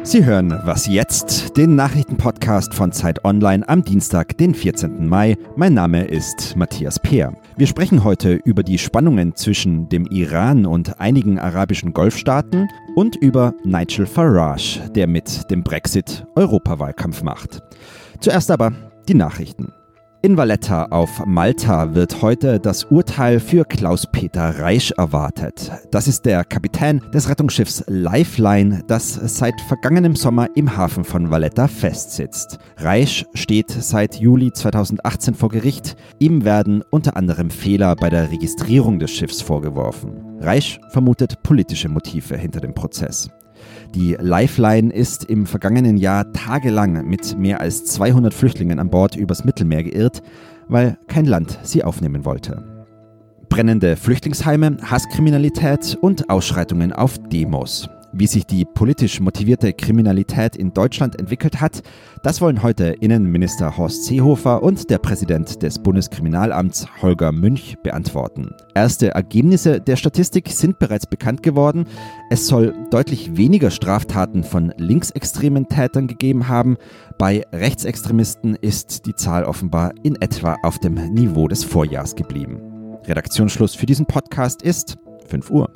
Sie hören Was jetzt? Den Nachrichtenpodcast von Zeit Online am Dienstag, den 14. Mai. Mein Name ist Matthias Peer. Wir sprechen heute über die Spannungen zwischen dem Iran und einigen arabischen Golfstaaten und über Nigel Farage, der mit dem Brexit Europawahlkampf macht. Zuerst aber die Nachrichten. In Valletta auf Malta wird heute das Urteil für Klaus-Peter Reisch erwartet. Das ist der Kapitän des Rettungsschiffs Lifeline, das seit vergangenem Sommer im Hafen von Valletta festsitzt. Reisch steht seit Juli 2018 vor Gericht. Ihm werden unter anderem Fehler bei der Registrierung des Schiffs vorgeworfen. Reisch vermutet politische Motive hinter dem Prozess. Die Lifeline ist im vergangenen Jahr tagelang mit mehr als 200 Flüchtlingen an Bord übers Mittelmeer geirrt, weil kein Land sie aufnehmen wollte. Brennende Flüchtlingsheime, Hasskriminalität und Ausschreitungen auf Demos. Wie sich die politisch motivierte Kriminalität in Deutschland entwickelt hat, das wollen heute Innenminister Horst Seehofer und der Präsident des Bundeskriminalamts Holger Münch beantworten. Erste Ergebnisse der Statistik sind bereits bekannt geworden. Es soll deutlich weniger Straftaten von linksextremen Tätern gegeben haben. Bei Rechtsextremisten ist die Zahl offenbar in etwa auf dem Niveau des Vorjahres geblieben. Redaktionsschluss für diesen Podcast ist 5 Uhr.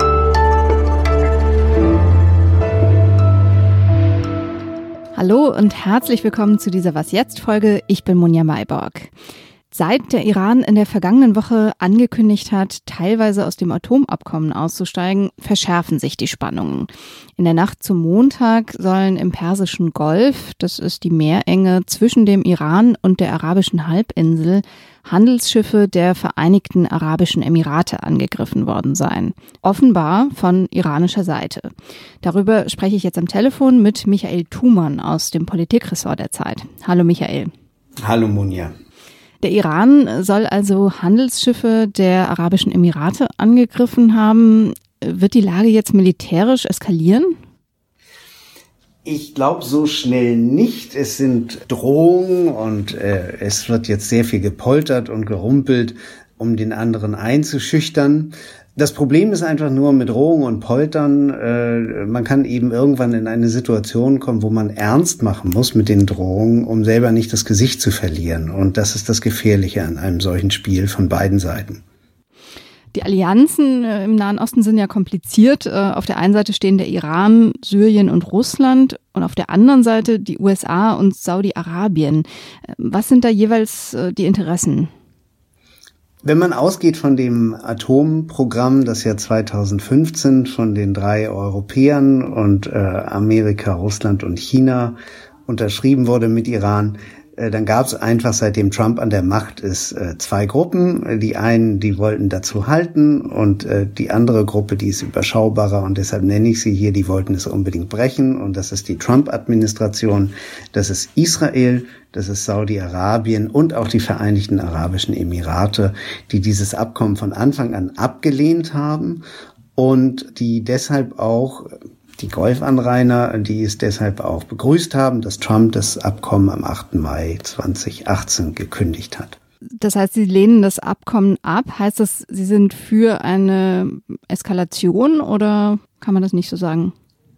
Hallo und herzlich willkommen zu dieser Was jetzt Folge. Ich bin Monja Mayborg. Seit der Iran in der vergangenen Woche angekündigt hat, teilweise aus dem Atomabkommen auszusteigen, verschärfen sich die Spannungen. In der Nacht zum Montag sollen im Persischen Golf, das ist die Meerenge zwischen dem Iran und der arabischen Halbinsel, Handelsschiffe der Vereinigten Arabischen Emirate angegriffen worden sein. Offenbar von iranischer Seite. Darüber spreche ich jetzt am Telefon mit Michael Thumann aus dem Politikressort der Zeit. Hallo Michael. Hallo Monja. Der Iran soll also Handelsschiffe der Arabischen Emirate angegriffen haben. Wird die Lage jetzt militärisch eskalieren? Ich glaube so schnell nicht. Es sind Drohungen und es wird jetzt sehr viel gepoltert und gerumpelt, um den anderen einzuschüchtern. Das Problem ist einfach nur mit Drohungen und Poltern, man kann eben irgendwann in eine Situation kommen, wo man ernst machen muss mit den Drohungen, um selber nicht das Gesicht zu verlieren. Und das ist das Gefährliche an einem solchen Spiel von beiden Seiten. Die Allianzen im Nahen Osten sind ja kompliziert. Auf der einen Seite stehen der Iran, Syrien und Russland und auf der anderen Seite die USA und Saudi-Arabien. Was sind da jeweils die Interessen? Wenn man ausgeht von dem Atomprogramm, das ja 2015 von den 3 Europäern und Amerika, Russland und China unterschrieben wurde mit Iran, dann gab es einfach, seitdem Trump an der Macht ist, 2 Gruppen. Die einen, die wollten dazu halten und die andere Gruppe, die ist überschaubarer und deshalb nenne ich sie hier, die wollten es unbedingt brechen und das ist die Trump-Administration, das ist Israel, das ist Saudi-Arabien und auch die Vereinigten Arabischen Emirate, die dieses Abkommen von Anfang an abgelehnt haben und die deshalb auch die Golfanrainer, die es deshalb auch begrüßt haben, dass Trump das Abkommen am 8. Mai 2018 gekündigt hat. Das heißt, Sie lehnen das Abkommen ab. Heißt das, Sie sind für eine Eskalation oder kann man das nicht so sagen?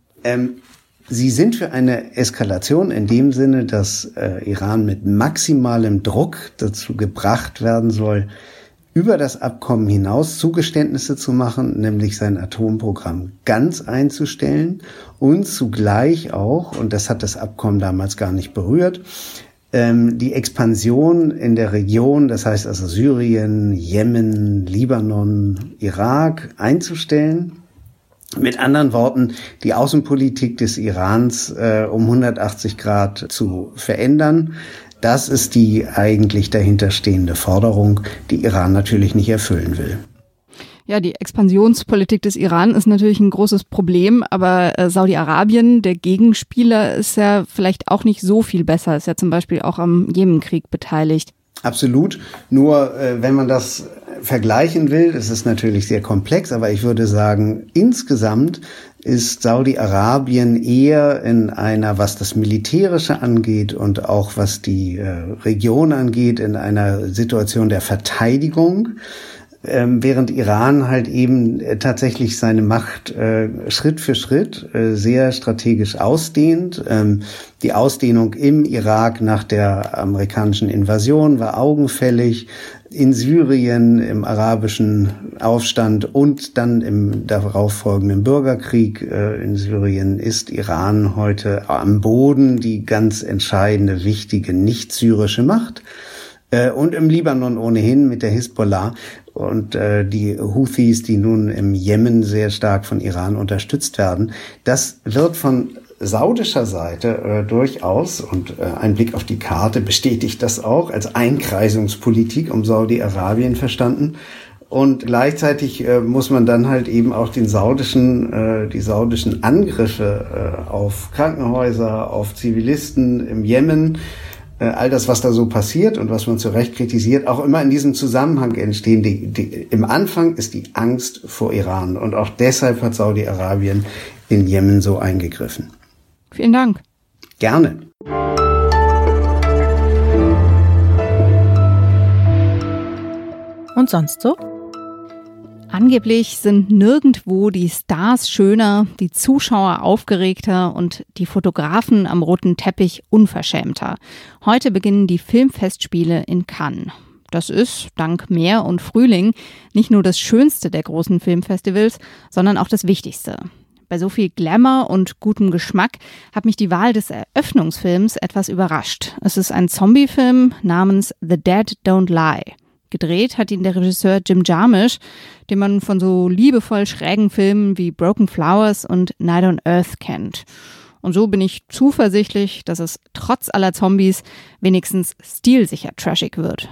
Sie sind für eine Eskalation in dem Sinne, dass Iran mit maximalem Druck dazu gebracht werden soll, über das Abkommen hinaus Zugeständnisse zu machen, nämlich sein Atomprogramm ganz einzustellen und zugleich auch, und das hat das Abkommen damals gar nicht berührt, die Expansion in der Region, das heißt also Syrien, Jemen, Libanon, Irak einzustellen. Mit anderen Worten, die Außenpolitik des Irans um 180 Grad zu verändern. Das ist die eigentlich dahinterstehende Forderung, die Iran natürlich nicht erfüllen will. Ja, die Expansionspolitik des Iran ist natürlich ein großes Problem, aber Saudi-Arabien, der Gegenspieler, ist ja vielleicht auch nicht so viel besser, ist ja zum Beispiel auch am Jemenkrieg beteiligt. Absolut, nur wenn man das vergleichen will, das ist natürlich sehr komplex, aber ich würde sagen, insgesamt ist Saudi-Arabien eher in einer, was das Militärische angeht und auch was die Region angeht, in einer Situation der Verteidigung. während Iran halt eben tatsächlich seine Macht Schritt für Schritt sehr strategisch ausdehnt. Die Ausdehnung im Irak nach der amerikanischen Invasion war augenfällig. In Syrien, im arabischen Aufstand und dann im darauffolgenden Bürgerkrieg in Syrien ist Iran heute am Boden die ganz entscheidende, wichtige, nicht-syrische Macht. Und im Libanon ohnehin mit der Hisbollah und die Houthis, die nun im Jemen sehr stark von Iran unterstützt werden. Das wird von saudischer Seite durchaus, und ein Blick auf die Karte bestätigt das auch, als Einkreisungspolitik um Saudi-Arabien verstanden. Und gleichzeitig muss man dann halt eben auch die saudischen Angriffe auf Krankenhäuser, auf Zivilisten im Jemen, all das, was da so passiert und was man zu Recht kritisiert, auch immer in diesem Zusammenhang entstehen. Im Anfang ist die Angst vor Iran und auch deshalb hat Saudi-Arabien in Jemen so eingegriffen. Vielen Dank. Gerne. Und sonst so? Angeblich sind nirgendwo die Stars schöner, die Zuschauer aufgeregter und die Fotografen am roten Teppich unverschämter. Heute beginnen die Filmfestspiele in Cannes. Das ist, dank Meer und Frühling, nicht nur das Schönste der großen Filmfestivals, sondern auch das Wichtigste. Bei so viel Glamour und gutem Geschmack hat mich die Wahl des Eröffnungsfilms etwas überrascht. Es ist ein Zombiefilm namens The Dead Don't Lie. Gedreht hat ihn der Regisseur Jim Jarmusch, den man von so liebevoll schrägen Filmen wie Broken Flowers und Night on Earth kennt. Und so bin ich zuversichtlich, dass es trotz aller Zombies wenigstens stilsicher trashig wird.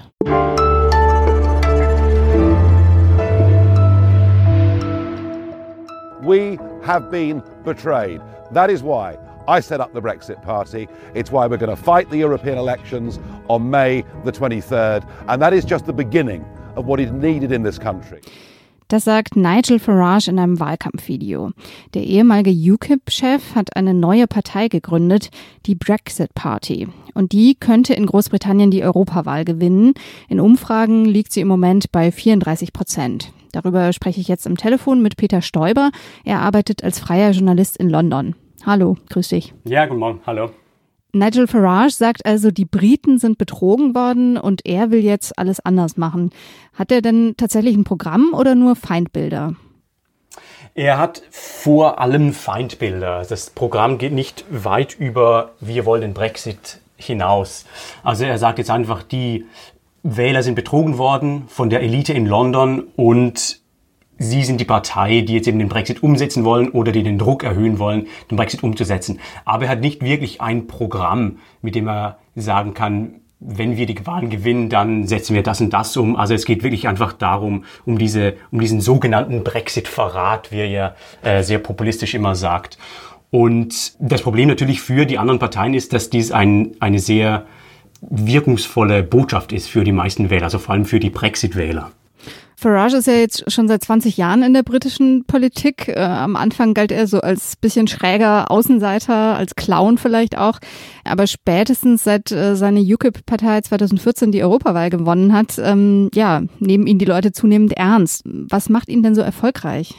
We have been betrayed. That is why I set up the Brexit Party. It's why we're going to fight the European elections on May the 23rd. And that is just the beginning of what is needed in this country. Das sagt Nigel Farage in einem Wahlkampfvideo. Der ehemalige UKIP-Chef hat eine neue Partei gegründet, die Brexit Party. Und die könnte in Großbritannien die Europawahl gewinnen. In Umfragen liegt sie im Moment bei 34%. Darüber spreche ich jetzt am Telefon mit Peter Stoiber. Er arbeitet als freier Journalist in London. Hallo, grüß dich. Ja, guten Morgen, hallo. Nigel Farage sagt also, die Briten sind betrogen worden und er will jetzt alles anders machen. Hat er denn tatsächlich ein Programm oder nur Feindbilder? Er hat vor allem Feindbilder. Das Programm geht nicht weit über wir wollen den Brexit hinaus. Also er sagt jetzt einfach, die Wähler sind betrogen worden von der Elite in London und sie sind die Partei, die jetzt eben den Brexit umsetzen wollen oder die den Druck erhöhen wollen, den Brexit umzusetzen. Aber er hat nicht wirklich ein Programm, mit dem er sagen kann, wenn wir die Wahlen gewinnen, dann setzen wir das und das um. Also es geht wirklich einfach darum, um diesen sogenannten Brexit-Verrat, wie er ja sehr populistisch immer sagt. Und das Problem natürlich für die anderen Parteien ist, dass dies eine sehr wirkungsvolle Botschaft ist für die meisten Wähler, also vor allem für die Brexit-Wähler. Farage ist ja jetzt schon seit 20 Jahren in der britischen Politik. Am Anfang galt er so als bisschen schräger Außenseiter, als Clown vielleicht auch. Aber spätestens seit seine UKIP-Partei 2014 die Europawahl gewonnen hat, nehmen ihn die Leute zunehmend ernst. Was macht ihn denn so erfolgreich?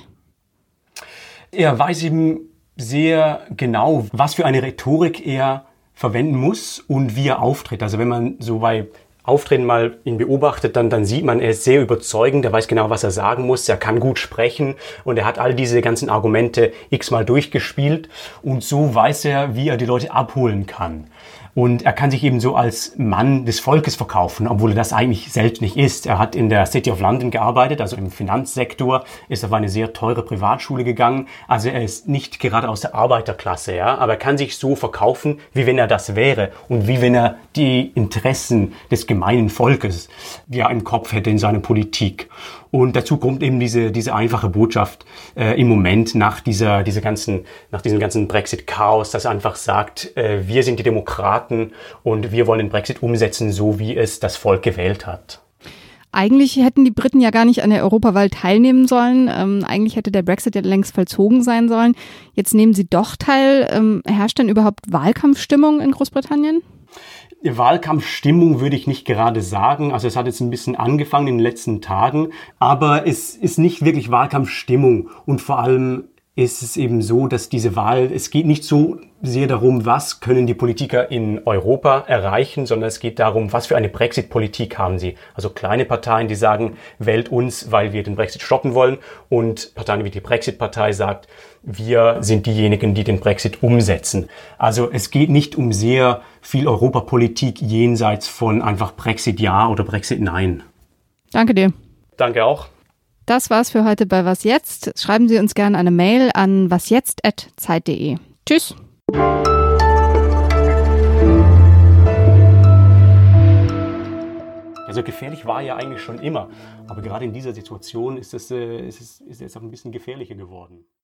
Er weiß eben sehr genau, was für eine Rhetorik er verwenden muss und wie er auftritt. Also wenn man so bei Auftreten mal ihn beobachtet, dann sieht man, er ist sehr überzeugend, er weiß genau, was er sagen muss, er kann gut sprechen und er hat all diese ganzen Argumente x-mal durchgespielt und so weiß er, wie er die Leute abholen kann. Und er kann sich eben so als Mann des Volkes verkaufen, obwohl er das eigentlich selbst nicht ist. Er hat in der City of London gearbeitet, also im Finanzsektor, ist auf eine sehr teure Privatschule gegangen. Also er ist nicht gerade aus der Arbeiterklasse, ja, aber er kann sich so verkaufen, wie wenn er das wäre und wie wenn er die Interessen des gemeinen Volkes im Kopf hätte in seiner Politik. Und dazu kommt eben diese einfache Botschaft im Moment nach diesem ganzen Brexit-Chaos, dass er einfach sagt, wir sind die Demokraten und wir wollen den Brexit umsetzen, so wie es das Volk gewählt hat. Eigentlich hätten die Briten ja gar nicht an der Europawahl teilnehmen sollen. Eigentlich hätte der Brexit ja längst vollzogen sein sollen. Jetzt nehmen sie doch teil. Herrscht denn überhaupt Wahlkampfstimmung in Großbritannien? Wahlkampfstimmung würde ich nicht gerade sagen. Also es hat jetzt ein bisschen angefangen in den letzten Tagen, aber es ist nicht wirklich Wahlkampfstimmung. Und vor allem ist es eben so, dass diese Wahl, es geht nicht so sehr darum, was können die Politiker in Europa erreichen, sondern es geht darum, was für eine Brexit-Politik haben sie. Also kleine Parteien, die sagen, wählt uns, weil wir den Brexit stoppen wollen, und Parteien wie die Brexit-Partei sagt, wir sind diejenigen, die den Brexit umsetzen. Also es geht nicht um sehr viel Europapolitik jenseits von einfach Brexit ja oder Brexit nein. Danke dir. Danke auch. Das war's für heute bei Was Jetzt? Schreiben Sie uns gerne eine Mail an wasjetzt@zeit.de. Tschüss. Also gefährlich war ja eigentlich schon immer, aber gerade in dieser Situation ist es jetzt auch ein bisschen gefährlicher geworden.